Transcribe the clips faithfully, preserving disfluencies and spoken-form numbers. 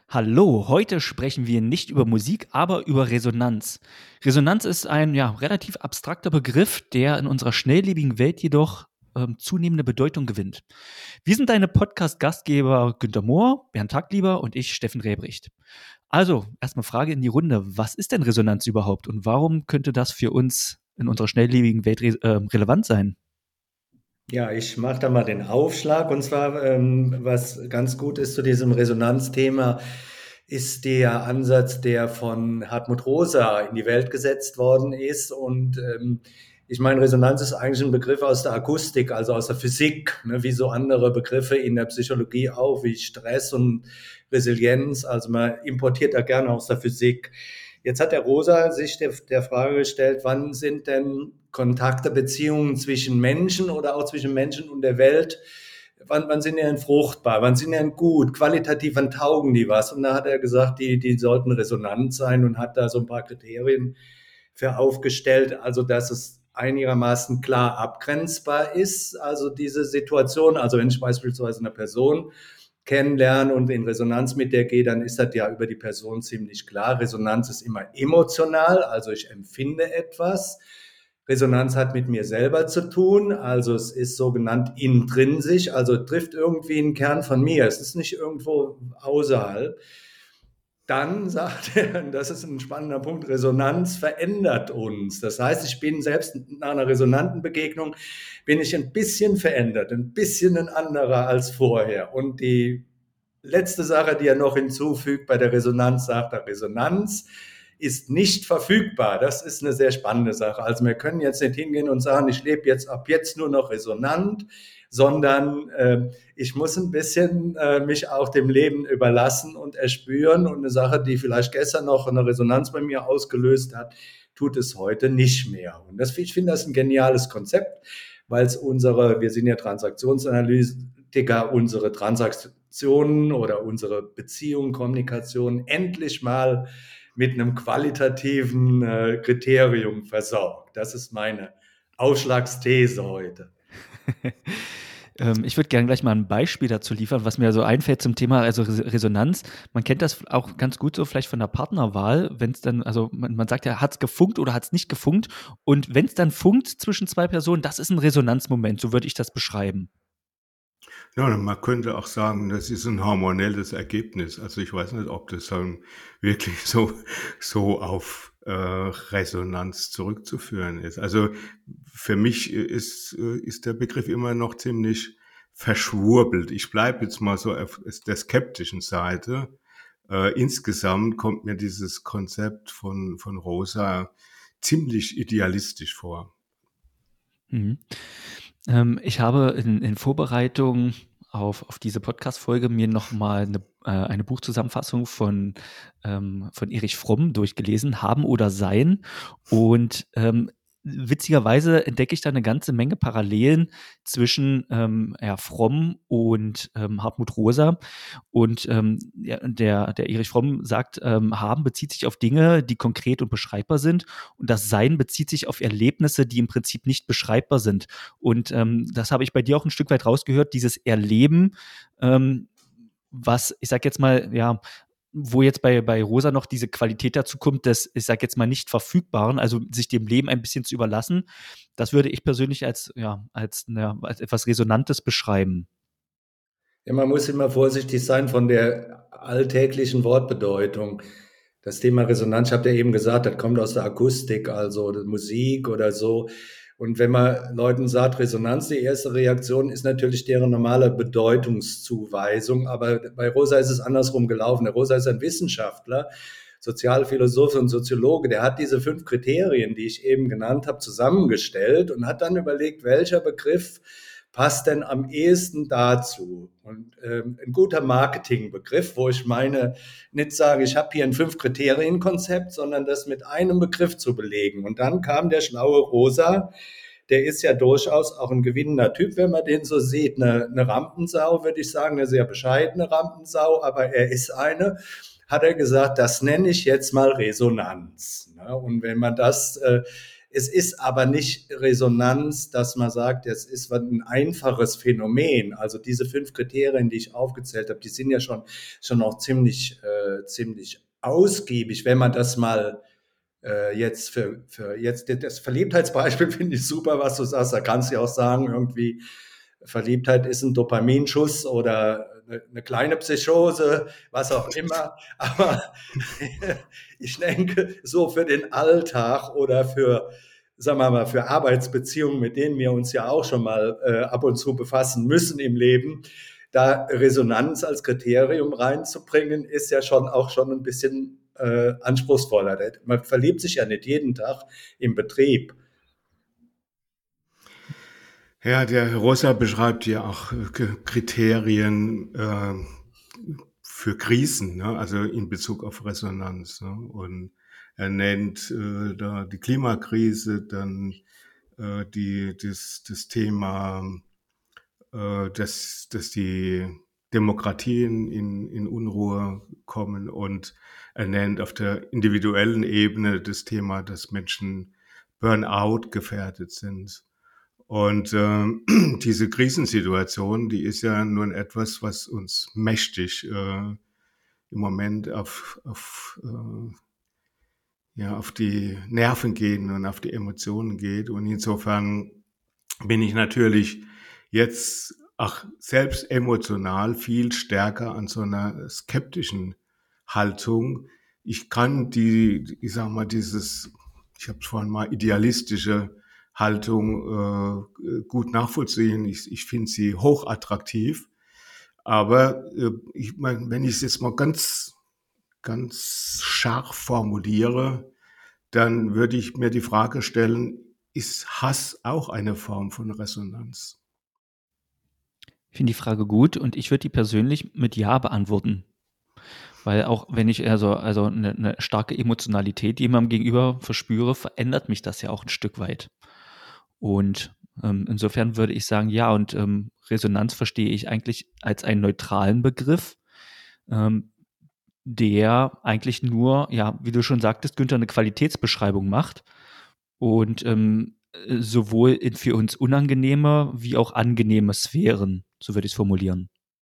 Hallo, heute sprechen wir nicht über Musik, aber über Resonanz. Resonanz ist ein ja, relativ abstrakter Begriff, der in unserer schnelllebigen Welt jedoch ähm, zunehmende Bedeutung gewinnt. Wir sind deine Podcast-Gastgeber Günter Mohr, Bernd Taglieber und ich, Steffen Räbricht. Also, erstmal Frage in die Runde. Was ist denn Resonanz überhaupt und warum könnte das für uns in unserer schnelllebigen Welt re äh, relevant sein? Ja, ich mache da mal den Aufschlag. Und zwar, ähm, was ganz gut ist zu diesem Resonanzthema, ist der Ansatz, der von Hartmut Rosa in die Welt gesetzt worden ist. Und ähm, ich meine, Resonanz ist eigentlich ein Begriff aus der Akustik, also aus der Physik, ne, wie so andere Begriffe in der Psychologie auch, wie Stress und Resilienz. Also man importiert da gerne aus der Physik. Jetzt hat der Rosa sich der, der Frage gestellt, wann sind denn Kontakte, Beziehungen zwischen Menschen oder auch zwischen Menschen und der Welt, wann, wann sind die denn fruchtbar, wann sind die denn gut, qualitativ, wann taugen die was? Und da hat er gesagt, die, die sollten resonant sein und hat da so ein paar Kriterien für aufgestellt, also dass es einigermaßen klar abgrenzbar ist, also diese Situation, also wenn ich beispielsweise eine Person kennenlernen und in Resonanz mit der gehe, dann ist das ja über die Person ziemlich klar. Resonanz ist immer emotional, also ich empfinde etwas. Resonanz hat mit mir selber zu tun, also es ist sogenannt intrinsisch, also trifft irgendwie einen Kern von mir. Es ist nicht irgendwo außerhalb. Dann sagt er, das ist ein spannender Punkt, Resonanz verändert uns. Das heißt, ich bin selbst nach einer resonanten Begegnung, bin ich ein bisschen verändert, ein bisschen ein anderer als vorher. Und die letzte Sache, die er noch hinzufügt bei der Resonanz, sagt er, Resonanz ist nicht verfügbar. Das ist eine sehr spannende Sache. Also wir können jetzt nicht hingehen und sagen, ich lebe jetzt ab jetzt nur noch resonant, sondern äh, ich muss ein bisschen äh, mich auch dem Leben überlassen und erspüren. Und eine Sache, die vielleicht gestern noch eine Resonanz bei mir ausgelöst hat, tut es heute nicht mehr. Und das, ich finde das ein geniales Konzept, weil es unsere, wir sind ja Transaktionsanalytiker, unsere Transaktionen oder unsere Beziehungen, Kommunikation endlich mal mit einem qualitativen äh, Kriterium versorgt. Das ist meine Ausschlagsthese heute. Ähm, ich würde gerne gleich mal ein Beispiel dazu liefern, was mir so einfällt zum Thema also Res Resonanz. Man kennt das auch ganz gut so vielleicht von der Partnerwahl, wenn es dann also man man sagt ja, hat es gefunkt oder hat es nicht gefunkt? Und wenn es dann funkt zwischen zwei Personen, das ist ein Resonanzmoment, so würde ich das beschreiben. Ja, man könnte auch sagen, das ist ein hormonelles Ergebnis. Also ich weiß nicht, ob das dann wirklich so, so auf äh, Resonanz zurückzuführen ist. Also für mich ist, äh, ist der Begriff immer noch ziemlich verschwurbelt. Ich bleibe jetzt mal so auf der skeptischen Seite. Äh, insgesamt kommt mir dieses Konzept von, von Rosa ziemlich idealistisch vor. Mhm. Ähm, ich habe in in Vorbereitung auf auf diese Podcast-Folge mir noch mal 'ne äh, eine Buchzusammenfassung von ähm, von Erich Fromm durchgelesen, „Haben oder Sein“. Und, ähm, witzigerweise entdecke ich da eine ganze Menge Parallelen zwischen, ähm, ja, Fromm und, ähm, Hartmut Rosa. Und, ähm, ja, der der Erich Fromm sagt, ähm, „Haben“ bezieht sich auf Dinge, die konkret und beschreibbar sind, und das Sein bezieht sich auf Erlebnisse, die im Prinzip nicht beschreibbar sind. Und ähm, das habe ich bei dir auch ein Stück weit rausgehört, dieses Erleben, ähm, was, ich sage jetzt mal, ja, wo jetzt bei, bei Rosa noch diese Qualität dazu kommt, des, ich sage jetzt mal, nicht verfügbaren, also sich dem Leben ein bisschen zu überlassen, das würde ich persönlich als, ja, als, ja, als etwas Resonantes beschreiben. Ja, man muss immer vorsichtig sein von der alltäglichen Wortbedeutung. Das Thema Resonanz, ich habe ja eben gesagt, das kommt aus der Akustik, also Musik oder so. Und wenn man Leuten sagt Resonanz, die erste Reaktion ist natürlich deren normale Bedeutungszuweisung. Aber bei Rosa ist es andersrum gelaufen. Der Rosa ist ein Wissenschaftler, Sozialphilosoph und Soziologe. Der hat diese fünf Kriterien, die ich eben genannt habe, zusammengestellt und hat dann überlegt, welcher Begriff passt denn am ehesten dazu? Und ähm, ein guter Marketingbegriff, wo ich meine, nicht sage, ich habe hier ein Fünf-Kriterien-Konzept, sondern das mit einem Begriff zu belegen. Und dann kam der schlaue Rosa, der ist ja durchaus auch ein gewinnender Typ, wenn man den so sieht. Eine, eine Rampensau, würde ich sagen, eine sehr bescheidene Rampensau, aber er ist eine, hat er gesagt, das nenne ich jetzt mal Resonanz. Und wenn man das äh, Es ist aber nicht Resonanz, dass man sagt, es ist ein einfaches Phänomen. Also diese fünf Kriterien, die ich aufgezählt habe, die sind ja schon, schon auch ziemlich, äh, ziemlich ausgiebig, wenn man das mal äh, jetzt für, für jetzt das Verliebtheitsbeispiel finde ich super, was du sagst. Da kannst du ja auch sagen, irgendwie Verliebtheit ist ein Dopaminschuss oder eine, eine kleine Psychose, was auch immer. Aber ich denke, so für den Alltag oder für, sagen wir mal, für Arbeitsbeziehungen, mit denen wir uns ja auch schon mal äh, ab und zu befassen müssen im Leben, da Resonanz als Kriterium reinzubringen, ist ja schon auch schon ein bisschen äh, anspruchsvoller. Man verliebt sich ja nicht jeden Tag im Betrieb. Ja, der Rosa beschreibt ja auch Kriterien äh, für Krisen, ne? Also in Bezug auf Resonanz. Ne? Und er nennt äh, da die Klimakrise, dann äh, die, das, das Thema, äh, dass, dass die Demokratien in, in Unruhe kommen, und er nennt auf der individuellen Ebene das Thema, dass Menschen Burnout gefährdet sind. Und äh, diese Krisensituation, die ist ja nun etwas, was uns mächtig äh, im Moment auf, auf, äh, ja, auf die Nerven geht und auf die Emotionen geht. Und insofern bin ich natürlich jetzt auch selbst emotional viel stärker an so einer skeptischen Haltung. Ich kann die, ich sag mal, dieses, ich habe es vorhin mal idealistische Haltung äh, gut nachvollziehen. Ich, ich finde sie hochattraktiv. Aber äh, ich mein, wenn ich es jetzt mal ganz, ganz scharf formuliere, dann würde ich mir die Frage stellen, ist Hass auch eine Form von Resonanz? Ich finde die Frage gut und ich würde die persönlich mit Ja beantworten. Weil auch wenn ich also, also eine, eine starke Emotionalität jemandem gegenüber verspüre, verändert mich das ja auch ein Stück weit. Und ähm, insofern würde ich sagen, ja, und ähm, Resonanz verstehe ich eigentlich als einen neutralen Begriff, ähm, der eigentlich nur, ja, wie du schon sagtest, Günther, eine Qualitätsbeschreibung macht und ähm, sowohl in für uns unangenehme wie auch angenehme Sphären, so würde ich es formulieren.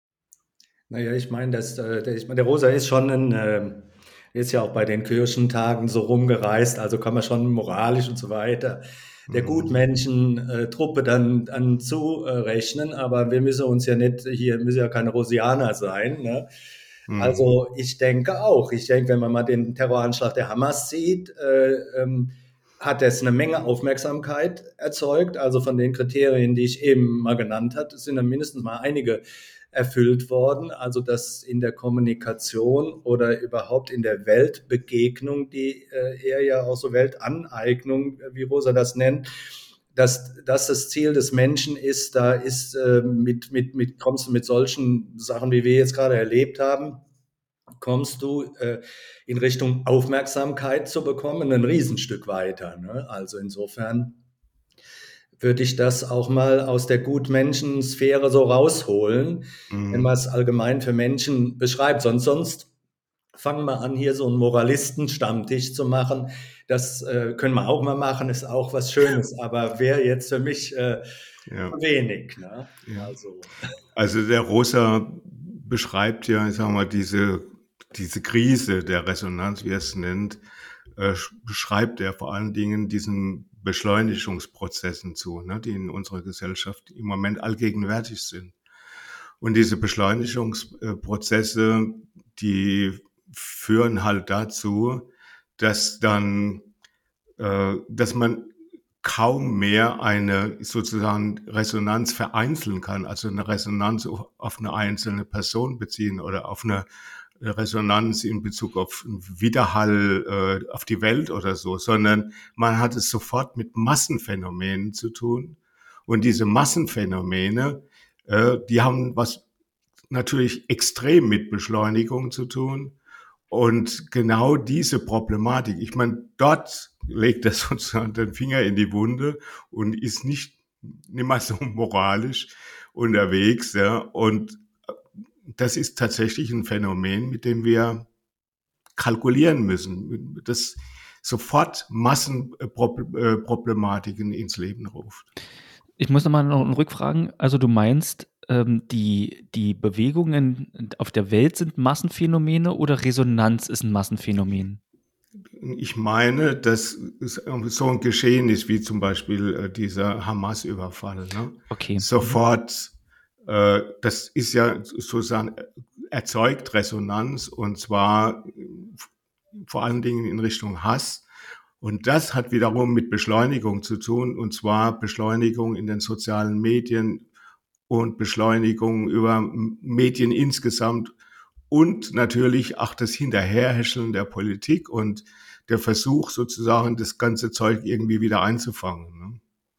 Naja, ich meine, das, äh, der, ich meine, der Rosa ist schon ein, äh, ist ja auch bei den Kirchentagen so rumgereist, also kann man schon moralisch und so weiter der Gutmenschen-Truppe dann, dann zurechnen, aber wir müssen uns ja nicht, hier müssen ja keine Rosianer sein, ne? Mhm. Also ich denke auch, ich denke, wenn man mal den Terroranschlag der Hamas sieht, äh, ähm, hat es eine Menge Aufmerksamkeit erzeugt. Also von den Kriterien, die ich eben mal genannt habe, sind dann mindestens mal einige erfüllt worden. Also dass in der Kommunikation oder überhaupt in der Weltbegegnung, die äh, er ja auch so Weltaneignung, wie Rosa das nennt, dass das das Ziel des Menschen ist, da ist äh, mit, mit, mit, kommst du mit solchen Sachen, wie wir jetzt gerade erlebt haben, kommst du äh, in Richtung Aufmerksamkeit zu bekommen, ein Riesenstück weiter. Ne? Also insofern würde ich das auch mal aus der Gutmenschensphäre so rausholen, wenn man Mhm. es allgemein für Menschen beschreibt. Sonst, sonst fangen wir an, hier so einen Moralisten-Stammtisch zu machen. Das äh, können wir auch mal machen, ist auch was Schönes, aber wäre jetzt für mich äh, Ja, wenig. Ne? ja. Also, Also der Rosa beschreibt ja, ich sag mal, diese, diese Krise der Resonanz, wie er es nennt, äh, beschreibt er vor allen Dingen diesen Beschleunigungsprozessen zu, ne, die in unserer Gesellschaft im Moment allgegenwärtig sind. Und diese Beschleunigungsprozesse, die führen halt dazu, dass dann, äh, dass man kaum mehr eine sozusagen Resonanz vereinzeln kann, also eine Resonanz auf eine einzelne Person beziehen oder auf eine Resonanz in Bezug auf Widerhall äh, auf die Welt oder so, sondern man hat es sofort mit Massenphänomenen zu tun. Und diese Massenphänomene, äh, die haben was natürlich extrem mit Beschleunigung zu tun. Und genau diese Problematik, ich meine, dort legt er sozusagen den Finger in die Wunde und ist nicht, nicht mal so moralisch unterwegs. Ja. Und das ist tatsächlich ein Phänomen, mit dem wir kalkulieren müssen. Das, sofort Massenproblematiken ins Leben ruft. Ich muss nochmal noch rückfragen. Also du meinst, ähm, die, die Bewegungen auf der Welt sind Massenphänomene oder Resonanz ist ein Massenphänomen? Ich meine, dass es so ein Geschehen ist, wie zum Beispiel äh, dieser Hamas-Überfall. Ne? Okay. Sofort, äh, das ist ja sozusagen erzeugt Resonanz, und zwar vor allen Dingen in Richtung Hass. Und das hat wiederum mit Beschleunigung zu tun, und zwar Beschleunigung in den sozialen Medien und Beschleunigung über Medien insgesamt und natürlich auch das Hinterherhäscheln der Politik und der Versuch sozusagen, das ganze Zeug irgendwie wieder einzufangen. Ne?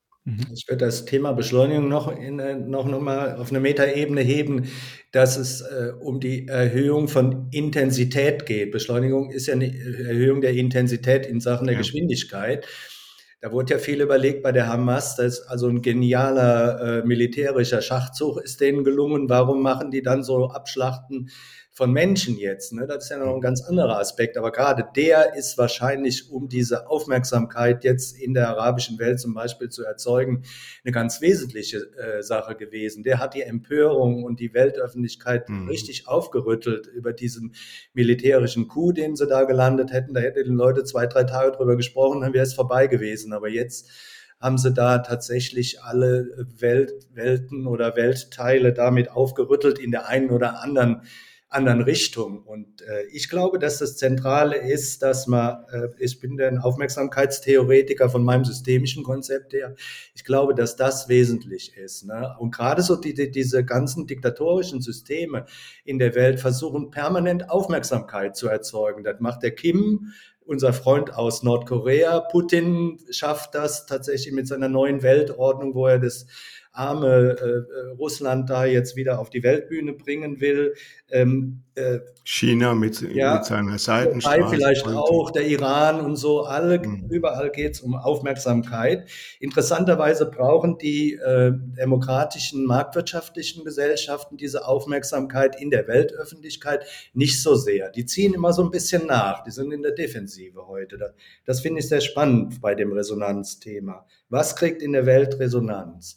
Ich würde das Thema Beschleunigung noch, in, noch, noch mal auf eine Metaebene heben, dass es äh, um die Erhöhung von Intensität geht. Beschleunigung ist ja eine Erhöhung der Intensität in Sachen der Ja. Geschwindigkeit. Da wurde ja viel überlegt bei der Hamas, das ist also ein genialer äh, militärischer Schachzug ist denen gelungen. Warum machen die dann so Abschlachten von Menschen jetzt? Ne? Das ist ja noch ein ganz anderer Aspekt. Aber gerade der ist wahrscheinlich, um diese Aufmerksamkeit jetzt in der arabischen Welt zum Beispiel zu erzeugen, eine ganz wesentliche äh, Sache gewesen. Der hat die Empörung und die Weltöffentlichkeit Mhm. richtig aufgerüttelt über diesen militärischen Coup, den sie da gelandet hätten. Da hätten die Leute zwei, drei Tage drüber gesprochen, dann wäre es vorbei gewesen. Aber jetzt haben sie da tatsächlich alle Welt, Welten oder Weltteile damit aufgerüttelt in der einen oder anderen anderen Richtung. Und äh, ich glaube, dass das Zentrale ist, dass man, äh, ich bin der Aufmerksamkeitstheoretiker von meinem systemischen Konzept her, ich glaube, dass das wesentlich ist. Ne? Und gerade so die, die, diese ganzen diktatorischen Systeme in der Welt versuchen permanent Aufmerksamkeit zu erzeugen. Das macht der Kim, unser Freund aus Nordkorea. Putin schafft das tatsächlich mit seiner neuen Weltordnung, wo er das arme äh, Russland da jetzt wieder auf die Weltbühne bringen will. Ähm, äh, China mit, ja, mit seiner Türkei Seitenstraße. vielleicht auch, der Iran und so, alle, Mhm. überall geht es um Aufmerksamkeit. Interessanterweise brauchen die äh, demokratischen, marktwirtschaftlichen Gesellschaften diese Aufmerksamkeit in der Weltöffentlichkeit nicht so sehr. Die ziehen immer so ein bisschen nach, die sind in der Defensive heute. Das, das finde ich sehr spannend bei dem Resonanzthema. Was kriegt in der Welt Resonanz?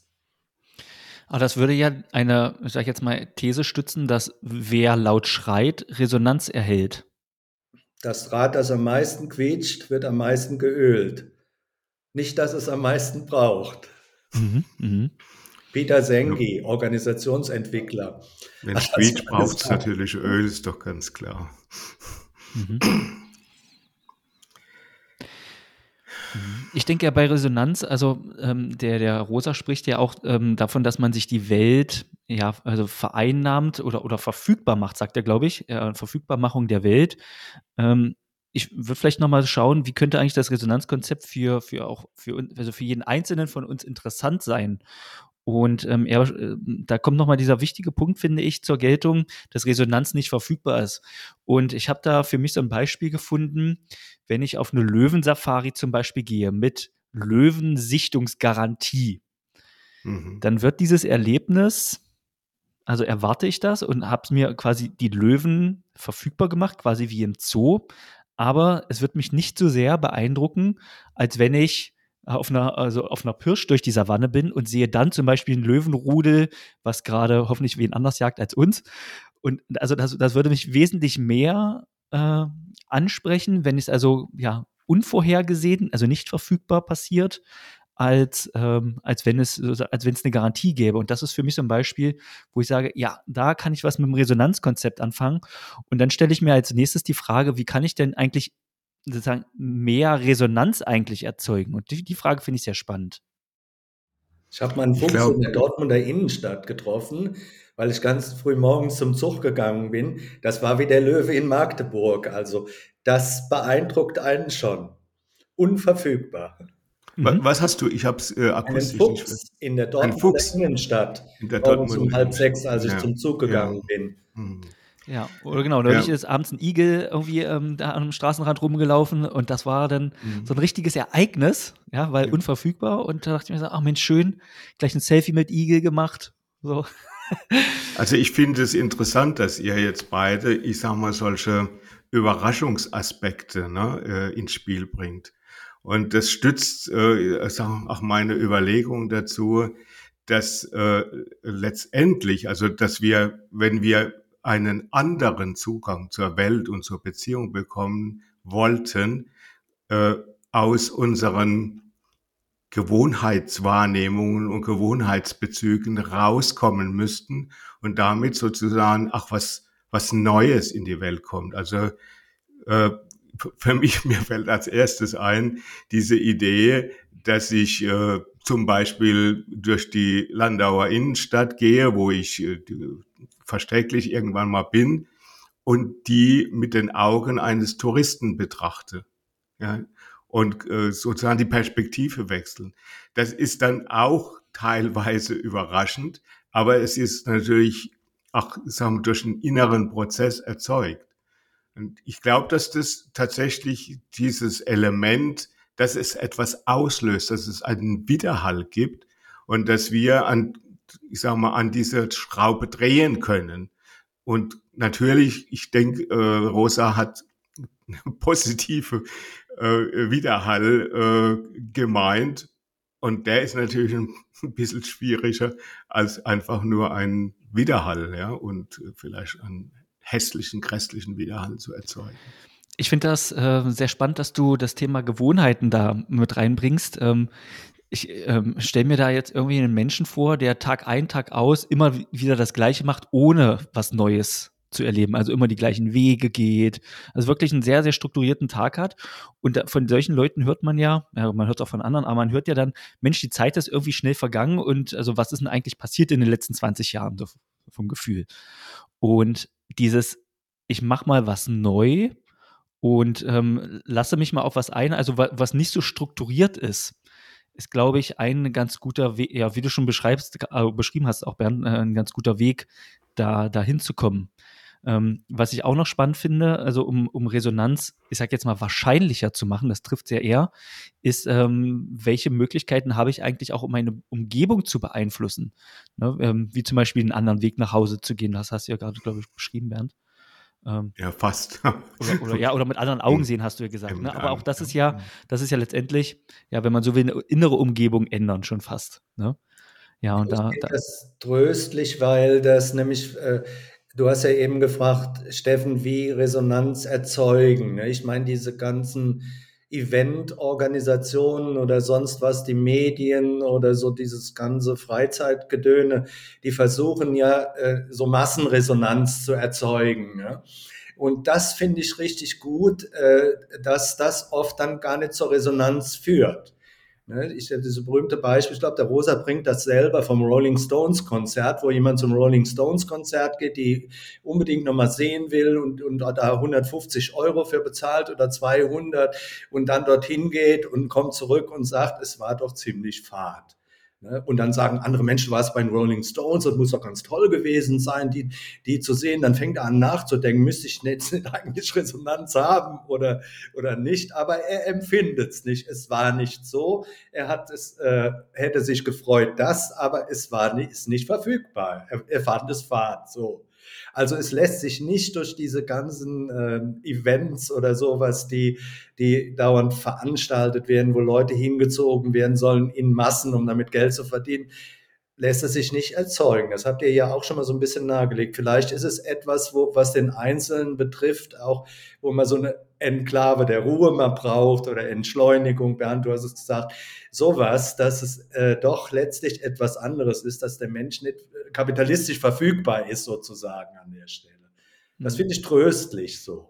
Aber das würde ja eine, sag ich jetzt mal, These stützen, dass wer laut schreit, Resonanz erhält. Das Rad, das am meisten quietscht, wird am meisten geölt. Nicht, dass es am meisten braucht. Mhm, mhm. Peter Senge, Organisationsentwickler. Wenn es quietscht, braucht es natürlich Öl, ist doch ganz klar. Mhm. Ich denke ja bei Resonanz, also ähm, der, der Rosa spricht ja auch ähm, davon, dass man sich die Welt ja also vereinnahmt oder, oder verfügbar macht, sagt er, glaube ich, äh, Verfügbarmachung der Welt. Ähm, ich würde vielleicht nochmal schauen, wie könnte eigentlich das Resonanzkonzept für, für auch für uns, also für jeden Einzelnen von uns interessant sein. Und ähm, er, äh, da kommt nochmal dieser wichtige Punkt, finde ich, zur Geltung, dass Resonanz nicht verfügbar ist. Und ich habe da für mich so ein Beispiel gefunden, wenn ich auf eine Löwensafari zum Beispiel gehe mit Löwensichtungsgarantie, Mhm. dann wird dieses Erlebnis, also erwarte ich das und habe mir quasi die Löwen verfügbar gemacht, quasi wie im Zoo, aber es wird mich nicht so sehr beeindrucken, als wenn ich auf einer, also auf einer Pirsch durch die Savanne bin und sehe dann zum Beispiel ein Löwenrudel, was gerade hoffentlich wen anders jagt als uns. Und also das, das würde mich wesentlich mehr äh, ansprechen, wenn es also ja unvorhergesehen, also nicht verfügbar passiert, als, ähm, als wenn es, als wenn es eine Garantie gäbe. Und das ist für mich so ein Beispiel, wo ich sage, ja, da kann ich was mit dem Resonanzkonzept anfangen. Und dann stelle ich mir als nächstes die Frage, wie kann ich denn eigentlich sozusagen mehr Resonanz eigentlich erzeugen? Und die, die Frage finde ich sehr spannend. Ich habe mal einen Ich Fuchs glaub- in der Dortmunder Innenstadt getroffen, weil ich ganz früh morgens zum Zug gegangen bin. Das war wie der Löwe in Magdeburg. Also das beeindruckt einen schon. Unverfügbar. Wa- Mhm. Was hast du? Ich habe es äh, Einen akustisch nicht ver- Fuchs in der Ein Dortmunder Fuchs Innenstadt, in der morgens um Dortmunder halb Innenstadt. sechs, als ich Ja, zum Zug ja. gegangen bin. Mhm. Ja, oder genau, neulich Ja. ist abends ein Igel irgendwie ähm, da am Straßenrand rumgelaufen und das war dann Mhm. so ein richtiges Ereignis, ja, weil Ja. unverfügbar und da dachte ich mir so, ach Mensch, schön, gleich ein Selfie mit Igel gemacht, so. Also ich finde es interessant, dass ihr jetzt beide, ich sag mal, solche Überraschungsaspekte, ne, äh, ins Spiel bringt. Und das stützt äh, auch meine Überlegung dazu, dass äh, letztendlich, also dass wir, wenn wir einen anderen Zugang zur Welt und zur Beziehung bekommen wollten, äh, aus unseren Gewohnheitswahrnehmungen und Gewohnheitsbezügen rauskommen müssten und damit sozusagen auch was, was Neues in die Welt kommt. Also äh, für mich, mir fällt als erstes ein, diese Idee, dass ich äh, zum Beispiel durch die Landauer Innenstadt gehe, wo ich äh, versträglich irgendwann mal bin, und die mit den Augen eines Touristen betrachte. Ja, und äh, sozusagen die Perspektive wechseln. Das ist dann auch teilweise überraschend, aber es ist natürlich auch, sagen wir, durch einen inneren Prozess erzeugt. Und ich glaube, dass das tatsächlich dieses Element, dass es etwas auslöst, dass es einen Widerhall gibt und dass wir an, ich sag mal, an dieser Schraube drehen können. Und natürlich, ich denke, äh, Rosa hat positive äh, Widerhall äh, gemeint. Und der ist natürlich ein bisschen schwieriger als einfach nur ein Widerhall, ja, und vielleicht einen hässlichen, grässlichen Widerhall zu erzeugen. Ich finde das äh, sehr spannend, dass du das Thema Gewohnheiten da mit reinbringst. Ähm, ich ähm, stelle mir da jetzt irgendwie einen Menschen vor, der Tag ein, Tag aus immer wieder das Gleiche macht, ohne was Neues zu erleben. Also immer die gleichen Wege geht. Also wirklich einen sehr, sehr strukturierten Tag hat. Und da, von solchen Leuten hört man ja, ja, man hört es auch von anderen, aber man hört ja dann, Mensch, die Zeit ist irgendwie schnell vergangen und also was ist denn eigentlich passiert in den letzten zwanzig Jahren, so vom Gefühl. Und dieses, ich mach mal was neu und ähm, lasse mich mal auf was ein, also wa- was nicht so strukturiert ist, ist, glaube ich, ein ganz guter Weg, ja, wie du schon beschreibst, äh, beschrieben hast, auch Bernd, äh, ein ganz guter Weg, da, da hinzukommen. Ähm, was ich auch noch spannend finde, also um, um Resonanz, ich sag jetzt mal, wahrscheinlicher zu machen, das trifft sehr eher, ist, ähm, welche Möglichkeiten habe ich eigentlich auch, um meine Umgebung zu beeinflussen? Ne? Ähm, wie zum Beispiel einen anderen Weg nach Hause zu gehen, das hast du ja gerade, glaube ich, beschrieben, Bernd. Ähm, Ja, fast. oder, oder ja, oder mit anderen Augen sehen, hast du ja gesagt. Ne? Aber auch das ist ja, das ist ja letztendlich, ja, wenn man so will, eine innere Umgebung ändern schon fast. Ne? Ja, und Ich da, sehe da das tröstlich, weil das nämlich, äh, du hast ja eben gefragt, Steffen, wie Resonanz erzeugen. Ne? Ich meine, diese ganzen Eventorganisationen oder sonst was, die Medien oder so dieses ganze Freizeitgedöne, die versuchen ja, äh, so Massenresonanz zu erzeugen. Ne? Und das finde ich richtig gut, äh, dass das oft dann gar nicht zur Resonanz führt. Ne, ich habe dieses berühmte Beispiel, ich glaube, der Rosa bringt das selber vom Rolling Stones Konzert, wo jemand zum Rolling Stones Konzert geht, die unbedingt nochmal sehen will und, und da hundertfünfzig Euro für bezahlt oder zweihundert und dann dorthin geht und kommt zurück und sagt, es war doch ziemlich fad. Ne? Und dann sagen andere Menschen, war es bei den Rolling Stones, das muss doch ganz toll gewesen sein, die, die zu sehen. Dann fängt er an nachzudenken, müsste ich jetzt nicht eigentlich Resonanz haben oder, oder nicht. Aber er empfindet es nicht. Es war nicht so. Er hat es, äh, hätte sich gefreut, das, aber es war nicht, ist nicht verfügbar. Er, er fand es fad, so. Also es lässt sich nicht durch diese ganzen äh, Events oder sowas, die, die dauernd veranstaltet werden, wo Leute hingezogen werden sollen in Massen, um damit Geld zu verdienen, lässt es sich nicht erzeugen. Das habt ihr ja auch schon mal so ein bisschen nahegelegt. Vielleicht ist es etwas, wo, was den Einzelnen betrifft, auch wo man so eine Enklave der Ruhe mal braucht oder Entschleunigung. Bernd, du hast es gesagt, sowas, dass es äh, doch letztlich etwas anderes ist, dass der Mensch nicht kapitalistisch verfügbar ist, sozusagen an der Stelle. Das Mhm. finde ich tröstlich so.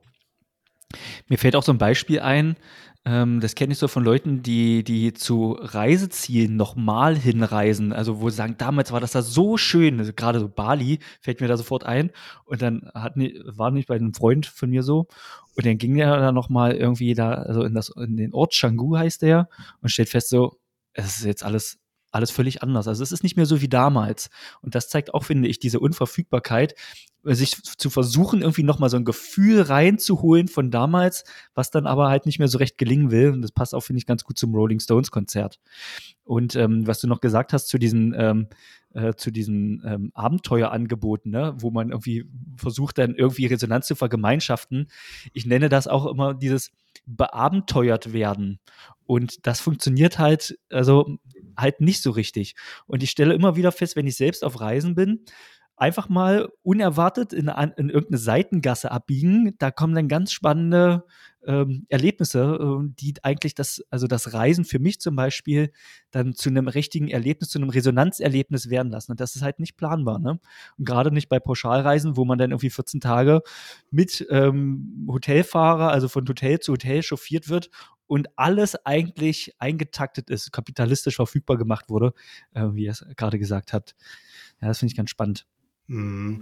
Mir fällt auch so ein Beispiel ein, ähm, das kenne ich so von Leuten, die, die zu Reisezielen nochmal hinreisen. Also wo sie sagen, damals war das da so schön, also gerade so Bali fällt mir da sofort ein. Und dann hat, nie- war nicht bei einem Freund von mir so. Und dann ging er da nochmal irgendwie da, also in, das, in den Ort Canggu heißt der, und stellt fest so, es ist jetzt alles alles völlig anders. Also es ist nicht mehr so wie damals. Und das zeigt auch, finde ich, diese Unverfügbarkeit, sich zu versuchen, irgendwie nochmal so ein Gefühl reinzuholen von damals, was dann aber halt nicht mehr so recht gelingen will. Und das passt auch, finde ich, ganz gut zum Rolling Stones Konzert. Und ähm, was du noch gesagt hast zu diesen, ähm, äh, zu diesen ähm, Abenteuerangeboten, ne, wo man irgendwie versucht, dann irgendwie Resonanz zu vergemeinschaften. Ich nenne das auch immer dieses beabenteuert werden. Und das funktioniert halt, also halt nicht so richtig. Und ich stelle immer wieder fest, wenn ich selbst auf Reisen bin, einfach mal unerwartet in, in irgendeine Seitengasse abbiegen, da kommen dann ganz spannende ähm, Erlebnisse, äh, die eigentlich das, also das Reisen für mich zum Beispiel dann zu einem richtigen Erlebnis, zu einem Resonanzerlebnis werden lassen. Und das ist halt nicht planbar, ne? Und gerade nicht bei Pauschalreisen, wo man dann irgendwie vierzehn Tage mit ähm, Hotelfahrer, also von Hotel zu Hotel chauffiert wird und alles eigentlich eingetaktet ist, kapitalistisch verfügbar gemacht wurde, äh, wie ihr es gerade gesagt habt. Ja, das finde ich ganz spannend. Mhm.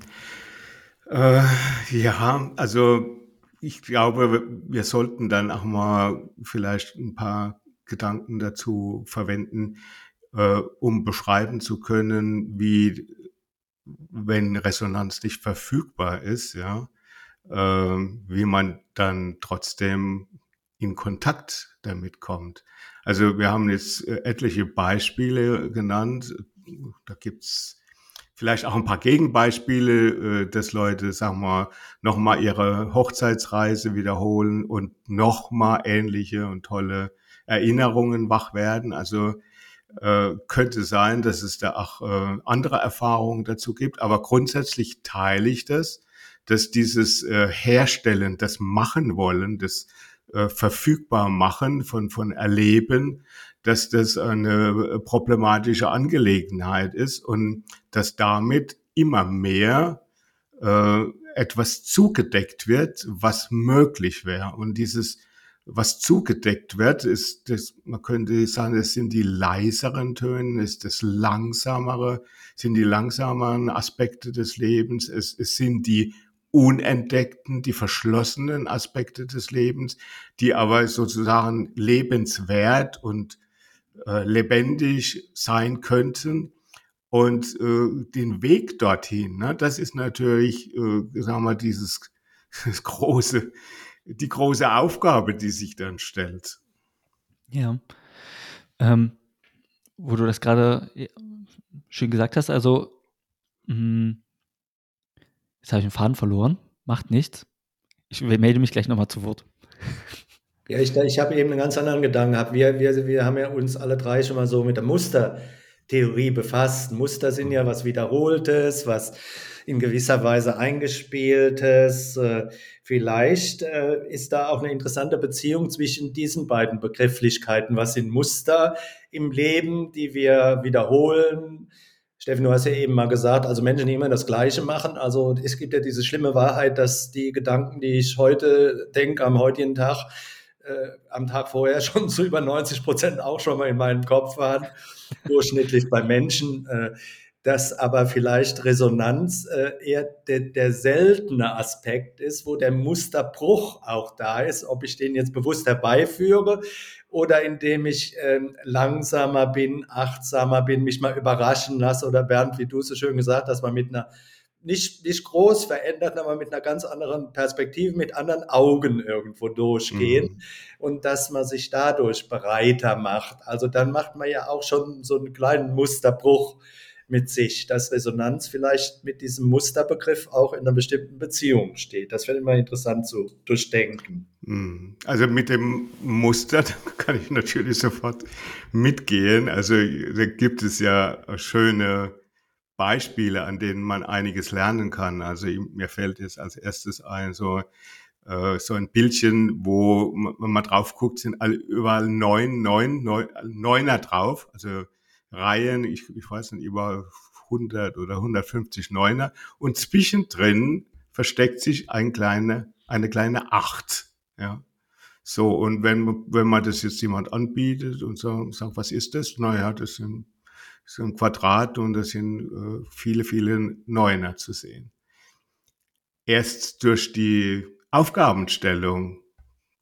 Äh, ja, also ich glaube, wir sollten dann auch mal vielleicht ein paar Gedanken dazu verwenden, äh, um beschreiben zu können, wie, wenn Resonanz nicht verfügbar ist, ja, äh, wie man dann trotzdem in Kontakt damit kommt. Also wir haben jetzt äh, etliche Beispiele genannt. Da gibt's vielleicht auch ein paar Gegenbeispiele, äh, dass Leute, sagen wir, nochmal ihre Hochzeitsreise wiederholen und nochmal ähnliche und tolle Erinnerungen wach werden. Also äh, könnte sein, dass es da auch äh, andere Erfahrungen dazu gibt. Aber grundsätzlich teile ich das, dass dieses äh, Herstellen, das Machen wollen, das äh, verfügbar machen von, von Erleben, dass das eine problematische Angelegenheit ist und dass damit immer mehr äh, etwas zugedeckt wird, was möglich wäre. Und dieses, was zugedeckt wird, ist das, man könnte sagen, es sind die leiseren Töne, ist das langsamere, sind die langsameren Aspekte des Lebens, es, es sind die unentdeckten, die verschlossenen Aspekte des Lebens, die aber sozusagen lebenswert und äh, lebendig sein könnten. Und äh, den Weg dorthin, ne, das ist natürlich, äh, sagen wir, dieses das große, die große Aufgabe, die sich dann stellt. Ja. Ähm, wo du das gerade schön gesagt hast, also mh, jetzt habe ich den Faden verloren, macht nichts. Ich melde mich gleich nochmal zu Wort. Ja, ich, ich habe eben einen ganz anderen Gedanken gehabt. Wir, wir, wir haben ja uns alle drei schon mal so mit der Mustertheorie befasst. Muster sind ja was Wiederholtes, was in gewisser Weise Eingespieltes. Äh, Vielleicht äh, ist da auch eine interessante Beziehung zwischen diesen beiden Begrifflichkeiten. Was sind Muster im Leben, die wir wiederholen? Steffen, du hast ja eben mal gesagt, also Menschen, die immer das Gleiche machen. Also es gibt ja diese schlimme Wahrheit, dass die Gedanken, die ich heute denke, am heutigen Tag, äh, am Tag vorher schon zu über neunzig Prozent auch schon mal in meinem Kopf waren, durchschnittlich bei Menschen. Äh, dass aber vielleicht Resonanz äh, eher der, der seltene Aspekt ist, wo der Musterbruch auch da ist, ob ich den jetzt bewusst herbeiführe oder indem ich äh, langsamer bin, achtsamer bin, mich mal überraschen lasse oder Bernd, wie du so schön gesagt hast, mal mit einer nicht, nicht groß verändert, aber mit einer ganz anderen Perspektive, mit anderen Augen irgendwo durchgehen Mhm. und dass man sich dadurch breiter macht. Also dann macht man ja auch schon so einen kleinen Musterbruch mit sich, dass Resonanz vielleicht mit diesem Musterbegriff auch in einer bestimmten Beziehung steht. Das wäre immer interessant zu durchdenken. Mhm. Also mit dem Muster da kann ich natürlich sofort mitgehen. Also da gibt es ja schöne Beispiele, an denen man einiges lernen kann. Also mir fällt jetzt als erstes ein, so, äh, so ein Bildchen, wo man, wenn man drauf guckt, sind alle, überall neun, neun, neun, Neuner drauf, also Reihen, ich, ich weiß nicht, über hundert oder hundertfünfzig Neuner. Und zwischendrin versteckt sich ein kleine, eine kleine Acht. Ja. So, und wenn, wenn man das jetzt jemand anbietet und so, sagt, was ist das? Naja, das sind so ein Quadrat und da sind äh, viele, viele Neuner zu sehen. Erst durch die Aufgabenstellung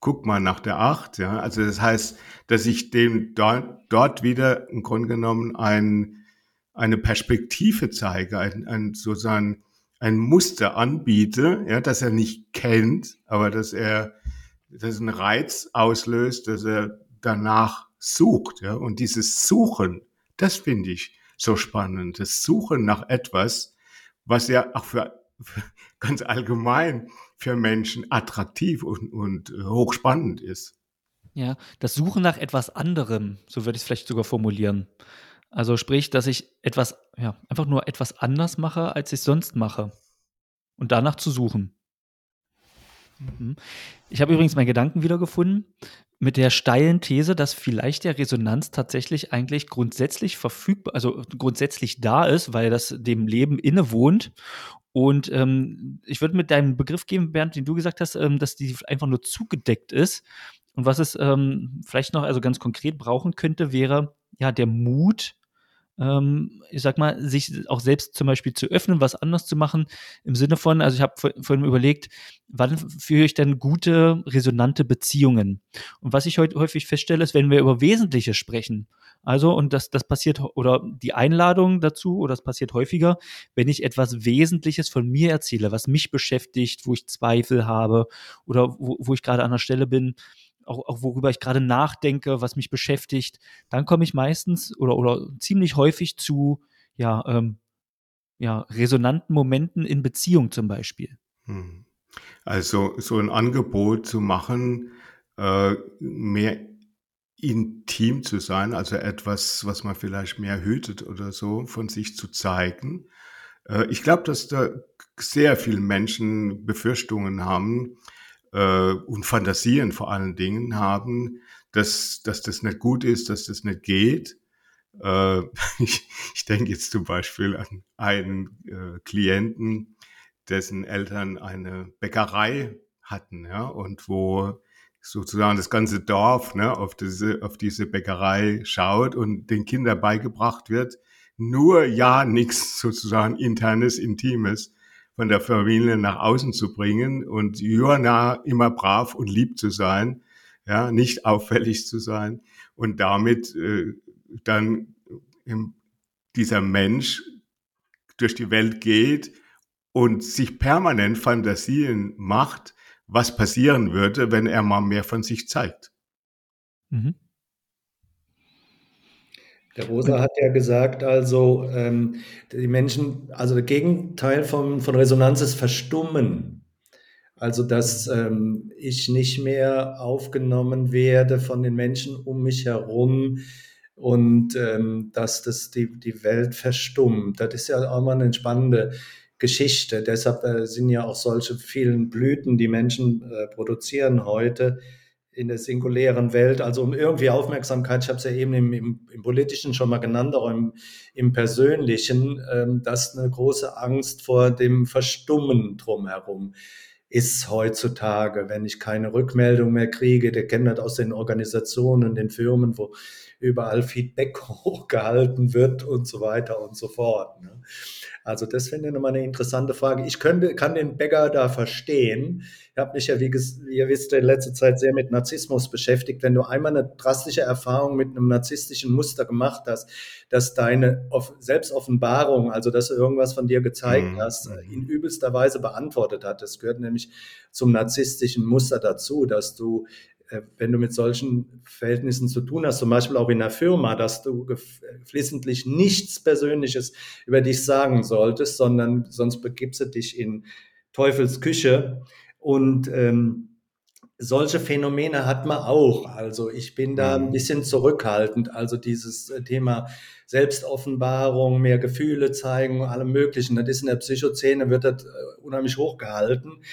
guck mal nach der Acht. Ja? Also das heißt, dass ich dem dort, dort wieder im Grunde genommen ein, eine Perspektive zeige, ein, ein sozusagen ein Muster anbiete, ja, das er nicht kennt, aber dass er das einen Reiz auslöst, dass er danach sucht. Ja? Und dieses Suchen, das finde ich so spannend. Das Suchen nach etwas, was ja auch für, für ganz allgemein für Menschen attraktiv und, und hochspannend ist. Ja, das Suchen nach etwas anderem, so würde ich es vielleicht sogar formulieren. Also sprich, dass ich etwas, ja, einfach nur etwas anders mache, als ich sonst mache. Und danach zu suchen. Mhm. Ich habe übrigens meinen Gedanken wiedergefunden mit der steilen These, dass vielleicht der Resonanz tatsächlich eigentlich grundsätzlich verfügbar, also grundsätzlich da ist, weil das dem Leben innewohnt. Und ähm, ich würde mit deinem Begriff geben, Bernd, den du gesagt hast, ähm, dass die einfach nur zugedeckt ist. Und was es ähm, vielleicht noch also ganz konkret brauchen könnte, wäre ja der Mut, ähm, ich sag mal, sich auch selbst zum Beispiel zu öffnen, was anders zu machen, im Sinne von, also ich habe vor- vorhin überlegt, wann führe ich denn gute, resonante Beziehungen? Und was ich heute häufig feststelle, ist, wenn wir über Wesentliches sprechen, also, und das, das passiert, oder die Einladung dazu, oder das passiert häufiger, wenn ich etwas Wesentliches von mir erzähle, was mich beschäftigt, wo ich Zweifel habe oder wo, wo ich gerade an der Stelle bin, auch, auch worüber ich gerade nachdenke, was mich beschäftigt, dann komme ich meistens oder, oder ziemlich häufig zu ja, ähm, ja, resonanten Momenten in Beziehung zum Beispiel. Hm. Also so ein Angebot zu machen, äh, mehr intim zu sein, also etwas, was man vielleicht mehr hütet oder so, von sich zu zeigen. Äh, ich glaube, dass da sehr viele Menschen Befürchtungen haben äh, und Fantasien vor allen Dingen haben, dass, dass das nicht gut ist, dass das nicht geht. Äh, ich, ich denke jetzt zum Beispiel an einen äh, Klienten, dessen Eltern eine Bäckerei hatten, ja, und wo sozusagen das ganze Dorf, ne, auf diese, auf diese Bäckerei schaut und den Kindern beigebracht wird, nur ja nichts sozusagen internes, intimes von der Familie nach außen zu bringen und ja, na, immer brav und lieb zu sein, ja, nicht auffällig zu sein und damit äh, dann im, dieser Mensch durch die Welt geht und sich permanent Fantasien macht, was passieren würde, wenn er mal mehr von sich zeigt. Mhm. Der Rosa Und hat ja gesagt, also ähm, die Menschen, also das Gegenteil von, von Resonanz ist Verstummen. Also dass ähm, ich nicht mehr aufgenommen werde von den Menschen um mich herum und ähm, dass das die, die Welt verstummt. Das ist ja auch mal eine spannende Geschichte. Deshalb äh, sind ja auch solche vielen Blüten, die Menschen äh, produzieren heute in der singulären Welt, also um irgendwie Aufmerksamkeit, ich habe es ja eben im, im, im Politischen schon mal genannt, auch im, im Persönlichen, ähm, dass eine große Angst vor dem Verstummen drumherum ist heutzutage, wenn ich keine Rückmeldung mehr kriege. Der kennt das aus den Organisationen, den Firmen, wo überall Feedback hochgehalten wird und so weiter und so fort. Ne? Also das finde ich nochmal eine interessante Frage. Ich könnte, kann den Bäcker da verstehen. Ich habe mich ja, wie, wie ihr wisst, in letzter Zeit sehr mit Narzissmus beschäftigt. Wenn du einmal eine drastische Erfahrung mit einem narzisstischen Muster gemacht hast, dass deine Selbstoffenbarung, also dass du irgendwas von dir gezeigt hast, in Mhm. übelster Weise beantwortet hat. Das gehört nämlich zum narzisstischen Muster dazu, dass du wenn du mit solchen Verhältnissen zu tun hast, zum Beispiel auch in der Firma, dass du geflissentlich nichts Persönliches über dich sagen solltest, sondern sonst begibst du dich in Teufels Küche. Und ähm, solche Phänomene hat man auch. Also ich bin da ein Mhm. bisschen zurückhaltend. Also dieses Thema Selbstoffenbarung, mehr Gefühle zeigen, allem Möglichen. Das ist in der Psychoszene, wird das unheimlich hochgehalten.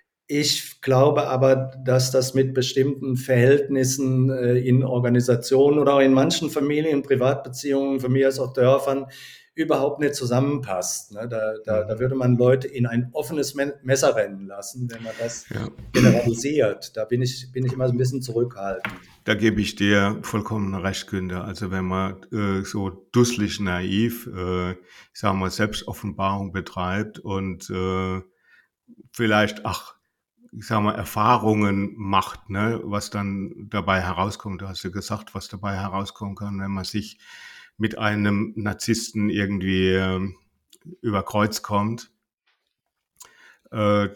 Ich glaube aber, dass das mit bestimmten Verhältnissen äh, in Organisationen oder auch in manchen Familien, Privatbeziehungen, von mir aus auch Dörfern, überhaupt nicht zusammenpasst. Ne? Da, da, da Mhm. würde man Leute in ein offenes Messer rennen lassen, wenn man das Ja. generalisiert. Da bin ich, bin ich immer so ein bisschen zurückhaltend. Da gebe ich dir vollkommen recht, Günther. Also wenn man äh, so dusselig naiv, äh, ich sage mal, Selbstoffenbarung betreibt und äh, vielleicht, ach, ich sag mal, Erfahrungen macht, ne, was dann dabei herauskommt. Du hast ja gesagt, was dabei herauskommen kann, wenn man sich mit einem Narzissten irgendwie äh, über Kreuz kommt. Äh,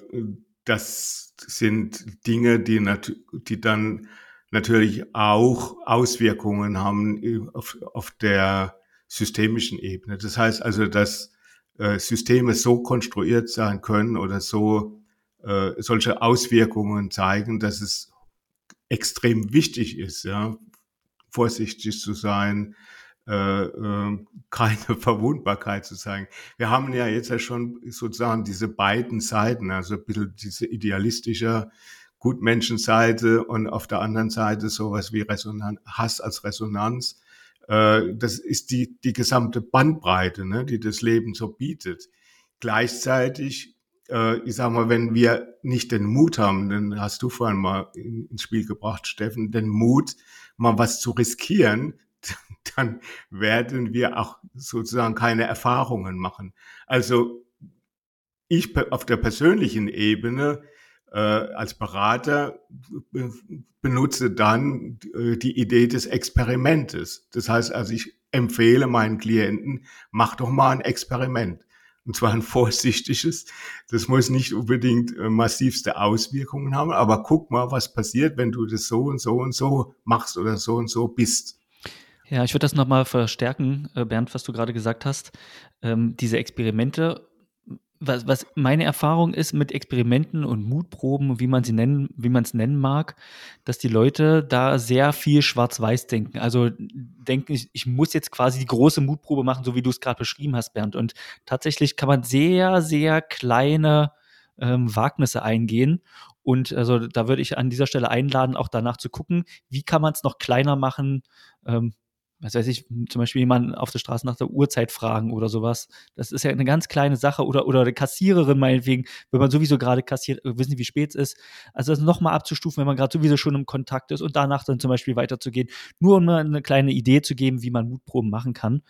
das sind Dinge, die, nat- die dann natürlich auch Auswirkungen haben auf, auf der systemischen Ebene. Das heißt also, dass äh, Systeme so konstruiert sein können oder so äh, solche Auswirkungen zeigen, dass es extrem wichtig ist, ja, vorsichtig zu sein, äh, äh, keine Verwundbarkeit zu zeigen. Wir haben ja jetzt ja schon sozusagen diese beiden Seiten, also ein bisschen diese idealistische Gutmenschenseite und auf der anderen Seite sowas wie Resonanz, Hass als Resonanz. Äh, das ist die, die gesamte Bandbreite, ne, die das Leben so bietet. Gleichzeitig, äh, ich sag mal, wenn wir nicht den Mut haben, dann hast du vorhin mal in, ins Spiel gebracht, Steffen, den Mut, mal was zu riskieren, dann werden wir auch sozusagen keine Erfahrungen machen. Also ich auf der persönlichen Ebene äh, als Berater be- benutze dann äh, die Idee des Experimentes. Das heißt also, ich empfehle meinen Klienten, mach doch mal ein Experiment. Und zwar ein vorsichtiges. Das muss nicht unbedingt äh, massivste Auswirkungen haben, aber guck mal, was passiert, wenn du das so und so und so machst oder so und so bist. Ja, ich würde das nochmal verstärken, äh, Bernd, was du gerade gesagt hast. Ähm, diese Experimente, was, was meine Erfahrung ist mit Experimenten und Mutproben, wie man sie nennen, wie man es nennen mag, dass die Leute da sehr viel schwarz-weiß denken. Also denken, ich, ich muss jetzt quasi die große Mutprobe machen, so wie du es gerade beschrieben hast, Bernd. Und tatsächlich kann man sehr, sehr kleine ähm, Wagnisse eingehen. Und also da würde ich an dieser Stelle einladen, auch danach zu gucken, wie kann man es noch kleiner machen. Ähm, was weiß ich, zum Beispiel jemanden auf der Straße nach der Uhrzeit fragen oder sowas. Das ist ja eine ganz kleine Sache. Oder, oder eine Kassiererin meinetwegen, wenn man sowieso gerade kassiert, äh, wissen, wie spät es ist. Also das nochmal abzustufen, wenn man gerade sowieso schon im Kontakt ist und danach dann zum Beispiel weiterzugehen. Nur um mal eine kleine Idee zu geben, wie man Mutproben machen kann.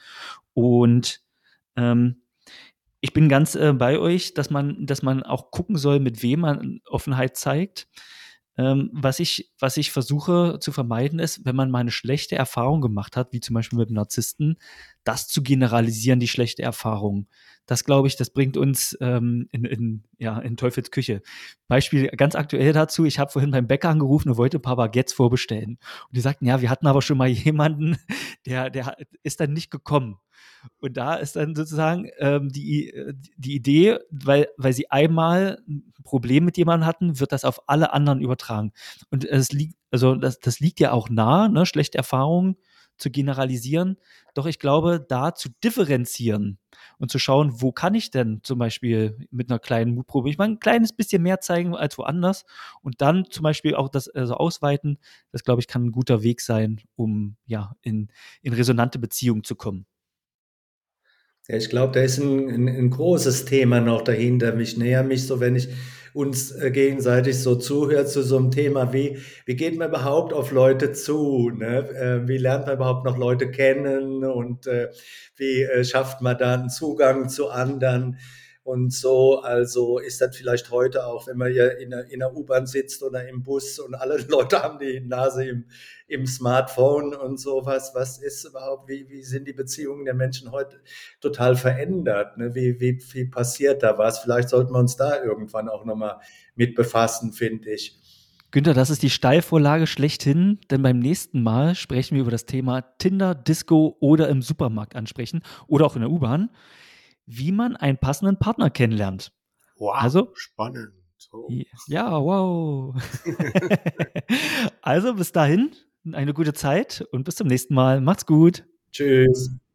Und ähm, ich bin ganz äh, bei euch, dass man, dass man auch gucken soll, mit wem man Offenheit zeigt. Ähm, was ich, was ich versuche zu vermeiden, ist, wenn man mal eine schlechte Erfahrung gemacht hat, wie zum Beispiel mit dem Narzissten, das zu generalisieren, die schlechte Erfahrung. Das glaube ich, das bringt uns ähm, in, in, ja, in Teufels Küche. Beispiel ganz aktuell dazu, ich habe vorhin beim Bäcker angerufen und wollte ein paar Baguettes vorbestellen. Und die sagten, ja, wir hatten aber schon mal jemanden, der, der ist dann nicht gekommen. Und da ist dann sozusagen ähm, die, die Idee, weil, weil sie einmal ein Problem mit jemandem hatten, wird das auf alle anderen übertragen. Und es liegt, also das, das liegt ja auch nah, ne, schlechte Erfahrungen zu generalisieren. Doch ich glaube, da zu differenzieren und zu schauen, wo kann ich denn zum Beispiel mit einer kleinen Mutprobe, ich meine, ein kleines bisschen mehr zeigen als woanders und dann zum Beispiel auch das also ausweiten, das glaube ich, kann ein guter Weg sein, um ja in, in resonante Beziehungen zu kommen. Ja, ich glaube, da ist ein, ein, ein großes Thema noch dahinter. Ich näher mich so, wenn ich uns äh, gegenseitig so zuhört zu so einem Thema, wie, wie geht man überhaupt auf Leute zu? Ne? Äh, wie lernt man überhaupt noch Leute kennen und äh, wie äh, schafft man da einen Zugang zu anderen? Und so, also ist das vielleicht heute auch, wenn man ja in der, in der U-Bahn sitzt oder im Bus und alle Leute haben die Nase im, im Smartphone und sowas. Was ist überhaupt, wie, wie sind die Beziehungen der Menschen heute total verändert? Ne? Wie, wie, wie passiert da was? Vielleicht sollten wir uns da irgendwann auch nochmal mit befassen, finde ich. Günther, das ist die Steilvorlage schlechthin, denn beim nächsten Mal sprechen wir über das Thema Tinder, Disco oder im Supermarkt ansprechen oder auch in der U-Bahn, wie man einen passenden Partner kennenlernt. Wow, Also, spannend. So. ja, wow. Also bis dahin, eine gute Zeit und bis zum nächsten Mal. Macht's gut. Tschüss.